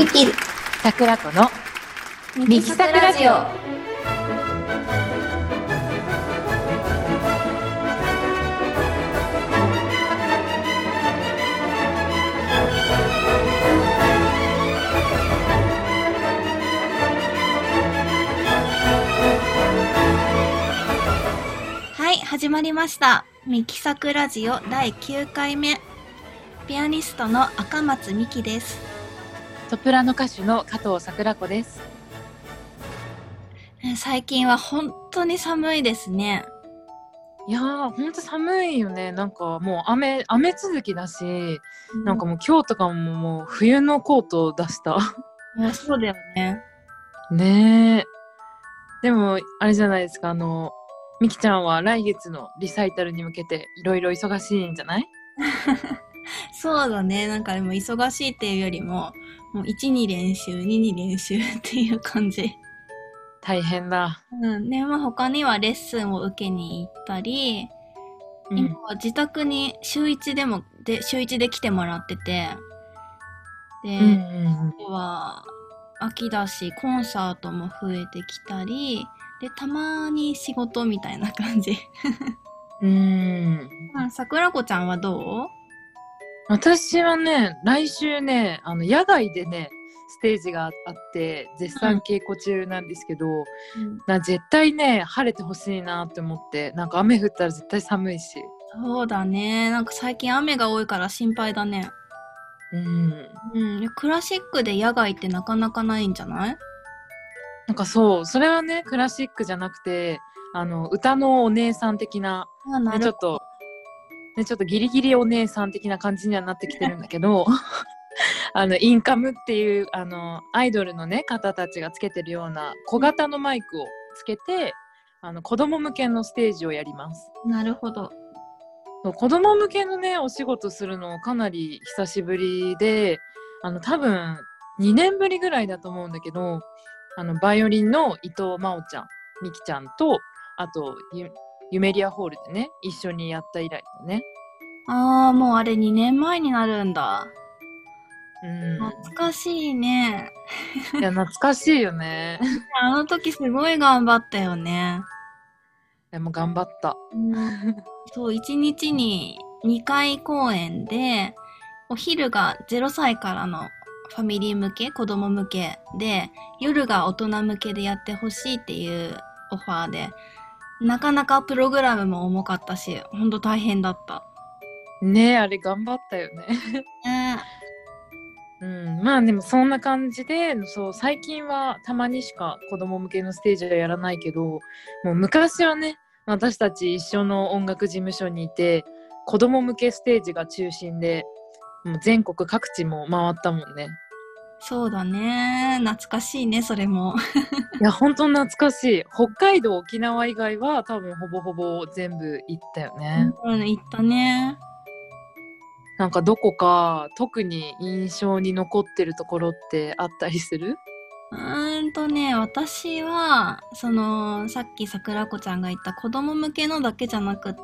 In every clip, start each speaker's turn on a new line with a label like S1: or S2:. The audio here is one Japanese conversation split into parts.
S1: ミキ
S2: 桜子の
S1: ミキサクラジオ。はい、始まりました。ミキサクラジオ第9回目。ピアニストの赤松美希です。
S2: ソプラノ歌手の加藤桜子です。
S1: 最近は本当に寒いですね。
S2: いやーほんと寒いよね。なんかもう雨続きだし、なんかもう今日とかもう冬のコートを出した
S1: そうだよね。
S2: ねえ。でもあれじゃないですか、みきちゃんは来月のリサイタルに向けていろいろ忙しいんじゃない？
S1: そうだね。なんかでも忙しいっていうよりも、もう1に練習、2に練習っていう感じ。
S2: 大変だ。
S1: で、まあ他にはレッスンを受けに行ったり、今は自宅に週1で来てもらってて、で、あとは秋だし、コンサートも増えてきたり、で、たまに仕事みたいな感じ。桜子ちゃんはどう？
S2: 私はね、来週ね、野外でね、ステージがあって絶賛稽古中なんですけど、絶対ね晴れてほしいなって思って。なんか雨降ったら絶対寒いし。
S1: そうだね。なんか最近雨が多いから心配だね。クラシックで野外ってなかなかないんじゃない？
S2: なんかそれはねクラシックじゃなくて、歌のお姉さん的な、ちょっとギリギリお姉さん的な感じにはなってきてるんだけどインカムっていうアイドルのね方たちがつけてるような小型のマイクをつけて、子供向けのステージをやります。
S1: なるほど。
S2: 子供向けのねお仕事するのかなり久しぶりで、多分2年ぶりぐらいだと思うんだけど、バイオリンの伊藤真央ちゃん、みきちゃんと、あとユメリアホールでね一緒にやった以来だね。
S1: もうあれ2年前になるんだ。懐かしいね。
S2: いや懐かしいよね
S1: あの時すごい頑張ったよね。
S2: でも頑張った。
S1: そう、1日に2回公演で、お昼が0歳からのファミリー向け、子供向けで、夜が大人向けでやってほしいっていうオファーで、なかなかプログラムも重かったし、ほんと大変だった。
S2: ねえ、あれ頑張ったよねまあでもそんな感じで、最近はたまにしか子供向けのステージはやらないけど、もう昔はね、私たち一緒の音楽事務所にいて子供向けステージが中心で、もう全国各地も回ったもんね。
S1: そうだね。懐かしいね、それも。
S2: いや、本当懐かしい。北海道、沖縄以外は多分ほぼほぼ全部行ったよね。
S1: 行ったね。
S2: なんかどこか特に印象に残ってるところってあったりする？
S1: 私は、さっき桜子ちゃんが言った子供向けのだけじゃなくって、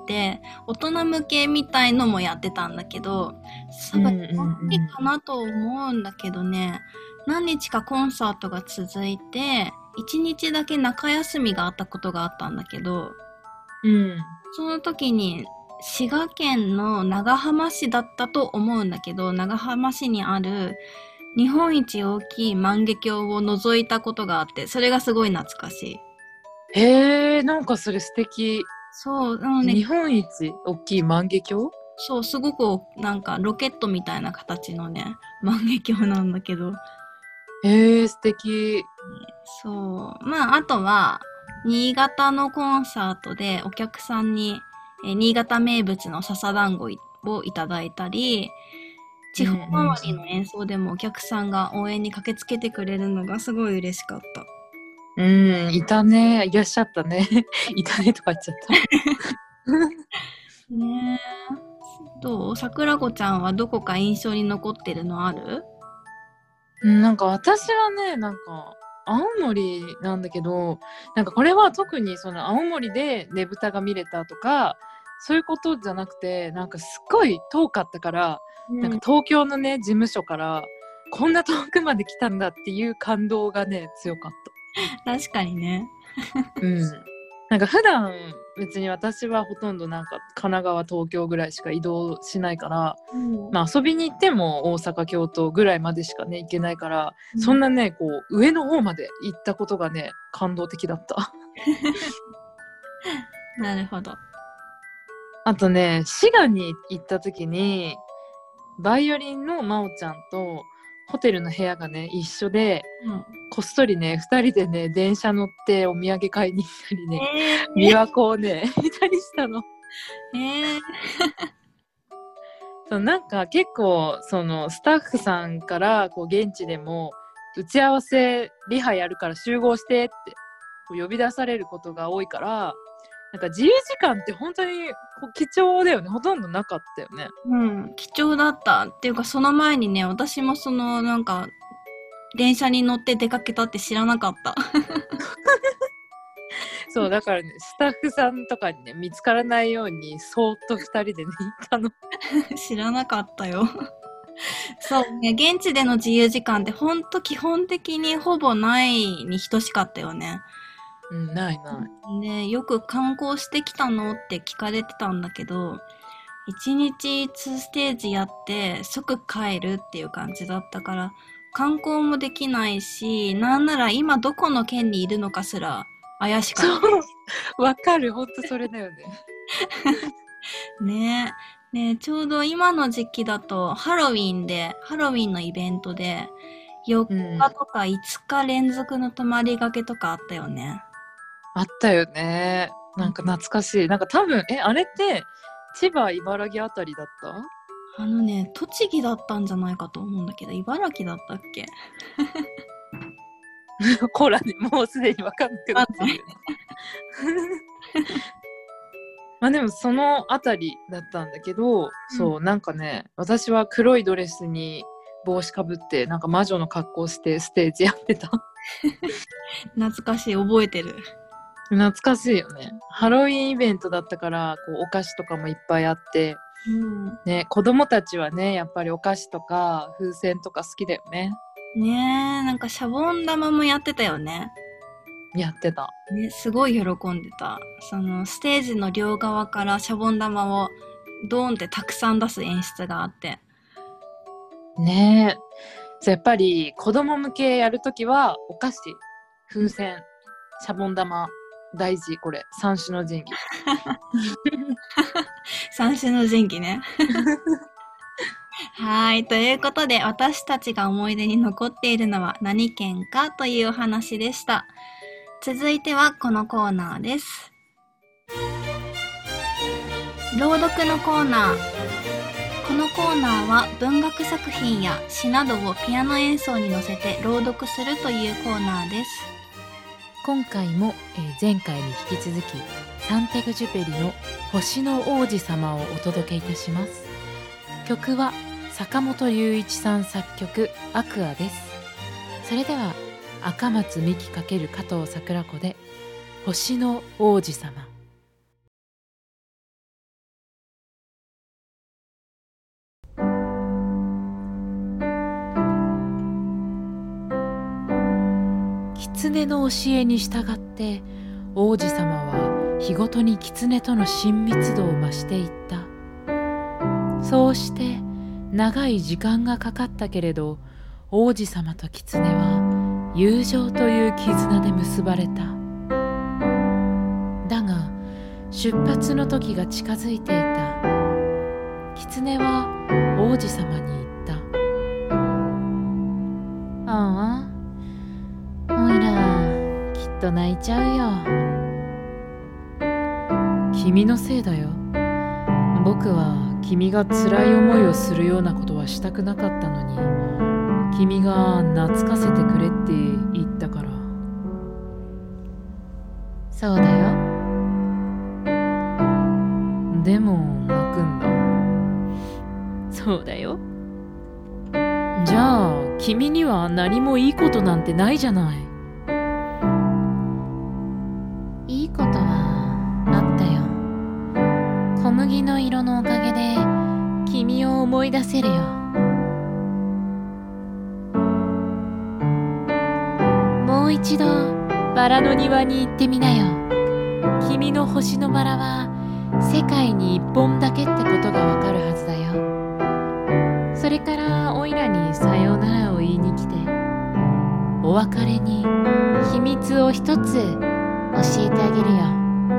S1: 大人向けみたいのもやってたんだけど、多分、いいかなと思うんだけどね、何日かコンサートが続いて、1日だけ中休みがあったことがあったんだけど、その時に、滋賀県の長浜市だったと思うんだけど、長浜市にある日本一大きい万華鏡を覗いたことがあって、それがすごい懐かしい。
S2: なんかそれ素敵。
S1: そう、
S2: 日本一大きい万華鏡？
S1: そう、すごくなんかロケットみたいな形のね、万華鏡なんだけど。
S2: 素敵。
S1: そう。まあ、あとは、新潟のコンサートでお客さんに、新潟名物の笹団子をいただいたり、地方回りの演奏でもお客さんが応援に駆けつけてくれるのがすごい嬉しかった。
S2: いたね。いらっしゃったね。いたねとか言っちゃった
S1: ねえ。どう？桜子ちゃんはどこか印象に残ってるのある？
S2: なんか私はね、なんか青森なんだけど、なんかこれは特にその青森でねぶたが見れたとかそういうことじゃなくて、なんかすっごい遠かったから、なんか東京のね事務所からこんな遠くまで来たんだっていう感動がね強かっ
S1: 確かにね。
S2: た。なんか普段別に私はほとんどなんか神奈川東京ぐらいしか移動しないから、まあ遊びに行っても大阪京都ぐらいまでしかね行けないから、そんなねこう上の方まで行ったことがね感動的だった
S1: なるほど。
S2: あとね滋賀に行った時にバイオリンの真央ちゃんとホテルの部屋がね一緒で、こっそりね2人でね電車乗ってお土産買いに行ったりね、琵琶湖をね見たりしたの。そうなんか結構そのスタッフさんからこう現地でも打ち合わせリハやるから集合してってこう呼び出されることが多いから、なんか自由時間って本当に貴重だよね。ほとんどなかったよね。
S1: 貴重だったっていうか、その前にね私もそのなんか電車に乗って出かけたって知らなかった
S2: そうだからねスタッフさんとかにね見つからないようにそーっと2人でね行ったの
S1: 知らなかったよそうね、現地での自由時間ってほんと基本的にほぼないに等しかったよね。
S2: ないない。
S1: ね、よく観光してきたのって聞かれてたんだけど、1日2ステージやって即帰るっていう感じだったから、観光もできないし、なんなら今どこの県にいるのかすら怪しかった。
S2: そう、わかる、ほんとそれだよ
S1: ね。ね、ちょうど今の時期だとハロウィンのイベントで4日とか5日連続の泊まりがけとかあったよね。
S2: あったよね。なんか懐かしい。なんか多分あれって千葉茨城あたりだった？
S1: 栃木だったんじゃないかと思うんだけど、茨城だったっけ
S2: ほらね、もうすでに分かんなくなってるよねまあでもそのあたりだったんだけど、そうなんかね私は黒いドレスに帽子かぶってなんか魔女の格好してステージやってた
S1: 懐かしい、覚えてる。
S2: 懐かしいよね。ハロウィンイベントだったからこうお菓子とかもいっぱいあって、ね、子供たちはねやっぱりお菓子とか風船とか好きだよね。
S1: ねえ、なんかシャボン玉もやってたよね。
S2: やってた。
S1: ね、すごい喜んでた。そのステージの両側からシャボン玉をドーンってたくさん出す演出があって。
S2: ねえ。やっぱり子供向けやるときはお菓子、風船、シャボン玉大事。これ三種の神器
S1: 三種の神器ねはい。ということで、私たちが思い出に残っているのは何県かというお話でした。続いてはこのコーナーです。朗読のコーナー。このコーナーは文学作品や詩などをピアノ演奏に乗せて朗読するというコーナーです。
S3: 今回も、前回に引き続きサンテグジュペリの星の王子様をお届けいたします。曲は坂本龍一さん作曲アクアです。それでは赤松美希×加藤桜子で星の王子様。狐の教えに従って王子様は日ごとに狐との親密度を増していった。そうして長い時間がかかったけれど、王子様と狐は友情という絆で結ばれた。だが出発の時が近づいていた。狐は王子様に言った。ああ、おいらきっと泣いちゃうよ。君のせいだよ。僕は君が辛い思いをするようなことはしたくなかったのに、君が懐かせてくれって言ったから。そうだよ。でも泣くんだ。そうだよ。じゃあ君には何もいいことなんてないじゃない。いいことはあったよ。小麦の色のおかげで君を思い出せるよ。 一度バラの庭に行ってみなよ。君の星のバラは世界に一本だけってことがわかるはずだよ。それからおいらにさようならを言いに来て、お別れに秘密を一つ教えてあげるよ。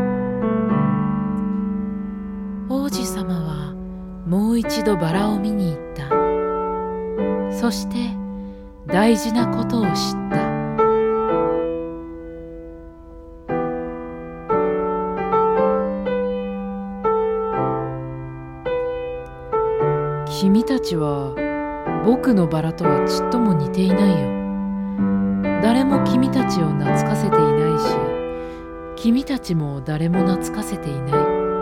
S3: 王子様はもう一度バラを見に行った。そして大事なことを知った。君たちは僕のバラとはちっとも似ていないよ。誰も君たちを懐かせていないし、君たちも誰も懐かせていない。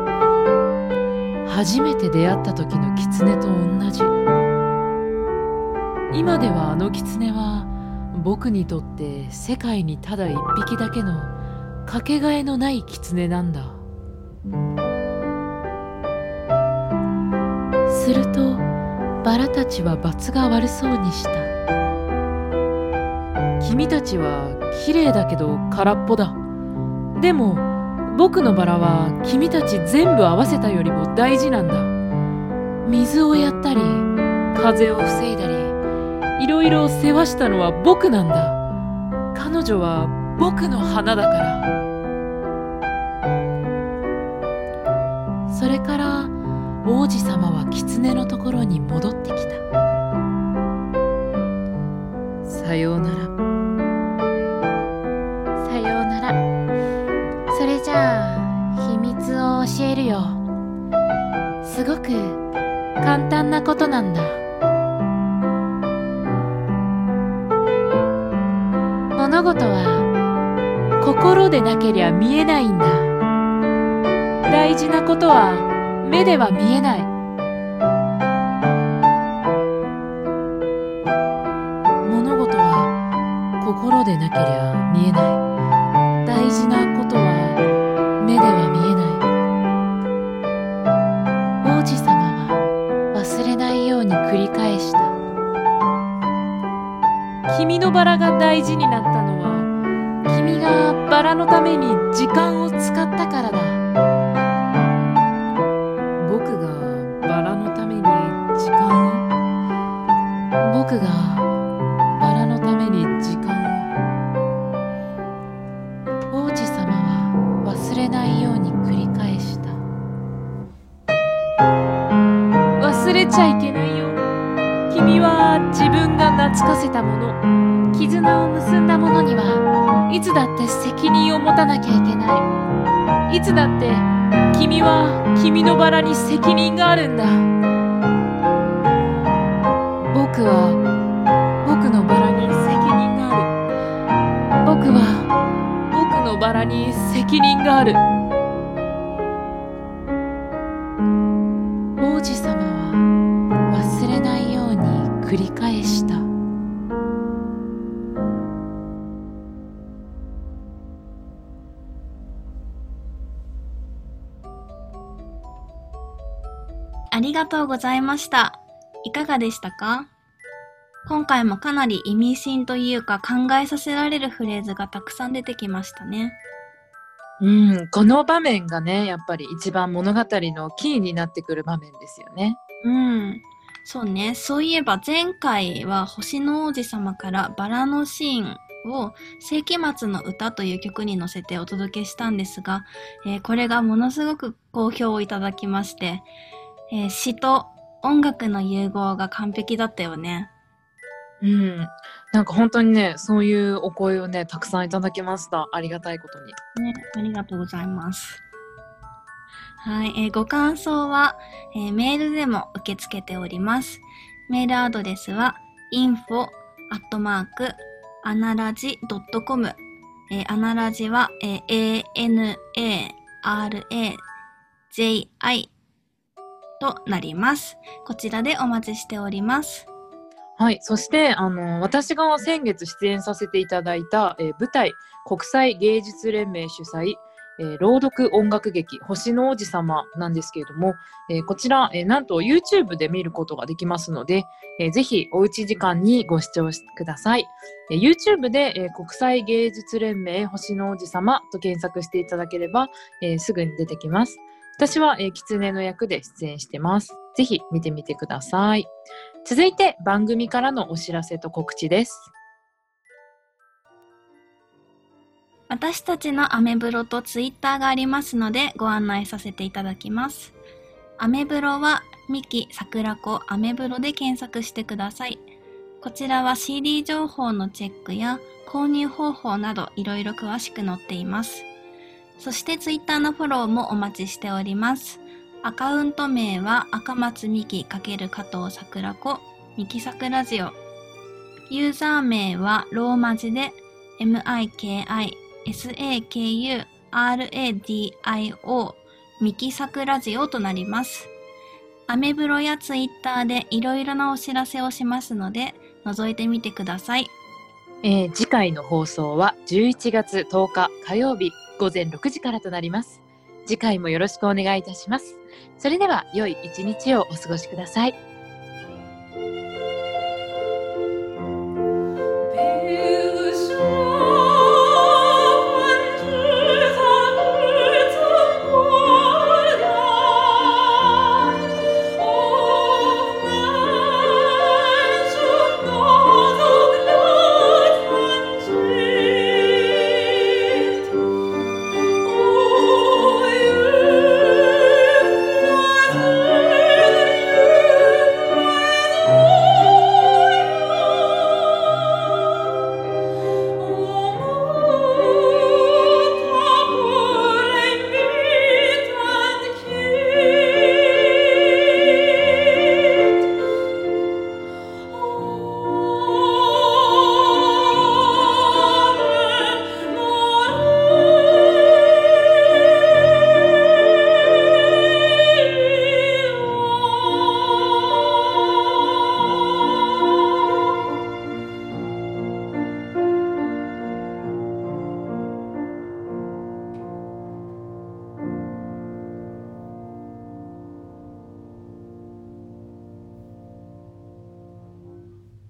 S3: 初めて出会った時の狐と同じ。今ではあの狐は僕にとって世界にただ一匹だけのかけがえのない狐なんだ。するとバラたちは罰が悪そうにした。君たちは綺麗だけど空っぽだ。でも僕のバラは君たち全部合わせたよりも大事なんだ。水をやったり風を防いだりいろいろ世話したのは僕なんだ。彼女は僕の花だから。それから王子様は狐のところに戻ってきた。さようなら。さようなら。それじゃあ秘密を教えるよ。すごく簡単なことなんだ。物事は心でなけりゃ見えないんだ。大事なことは目では見えない。物事は心でなけりゃ見えない。大事なことは目では見えない。王子様は忘れないように繰り返した。君のバラが大事になったのは君がバラのために時間を使ったからだ。僕がバラのために時間を僕がバラのために時間を。王子様は忘れないように繰り返した。忘れちゃいけないよ。君は自分が懐かせたもの、絆を結んだものにはいつだって責任を持たなきゃいけない。いつだって君は君のバラに責任があるんだ。僕は僕のバラに責任がある。僕は僕のバラに責任がある。王子様は忘れないように繰り返した。
S1: ありがとうございました。いかがでしたか？今回もかなり意味深というか考えさせられるフレーズがたくさん出てきましたね。
S2: この場面がね、やっぱり一番物語のキーになってくる場面ですよね。
S1: そうね。そういえば前回は星の王子様からバラのシーンを世紀末の歌という曲に乗せてお届けしたんですが、これがものすごく好評をいただきまして、詩と音楽の融合が完璧だったよね。
S2: なんか本当にね、そういうお声をね、たくさんいただきました。ありがたいことに。
S1: ね、ありがとうございます。はい、ご感想は、メールでも受け付けております。メールアドレスは info@anaraji.com、アナラジは、ANARAJI となります。こちらでお待ちしております。
S2: はい、そして私が先月出演させていただいた、舞台国際芸術連盟主催朗読音楽劇星の王子様なんですけれども、こちら、なんと YouTube で見ることができますので、ぜひおうち時間にご視聴ください。YouTube で、国際芸術連盟星の王子様と検索していただければ、すぐに出てきます。私は、狐の役で出演してます。ぜひ見てみてください。続いて番組からのお知らせと告知です。
S1: 私たちのアメブロとツイッターがありますのでご案内させていただきます。アメブロはミキ桜子アメブロで検索してください。こちらは CD 情報のチェックや購入方法などいろいろ詳しく載っています。そしてツイッターのフォローもお待ちしております。アカウント名は赤松ミキ×加藤桜子ミキサクラジオ。ユーザー名はローマ字で MIKISAKURADIO ミキサクラジオとなります。アメブロやツイッターでいろいろなお知らせをしますので覗いてみてください。
S2: 次回の放送は11月10日火曜日午前6時からとなります。次回もよろしくお願いいたします。それでは良い一日をお過ごしください。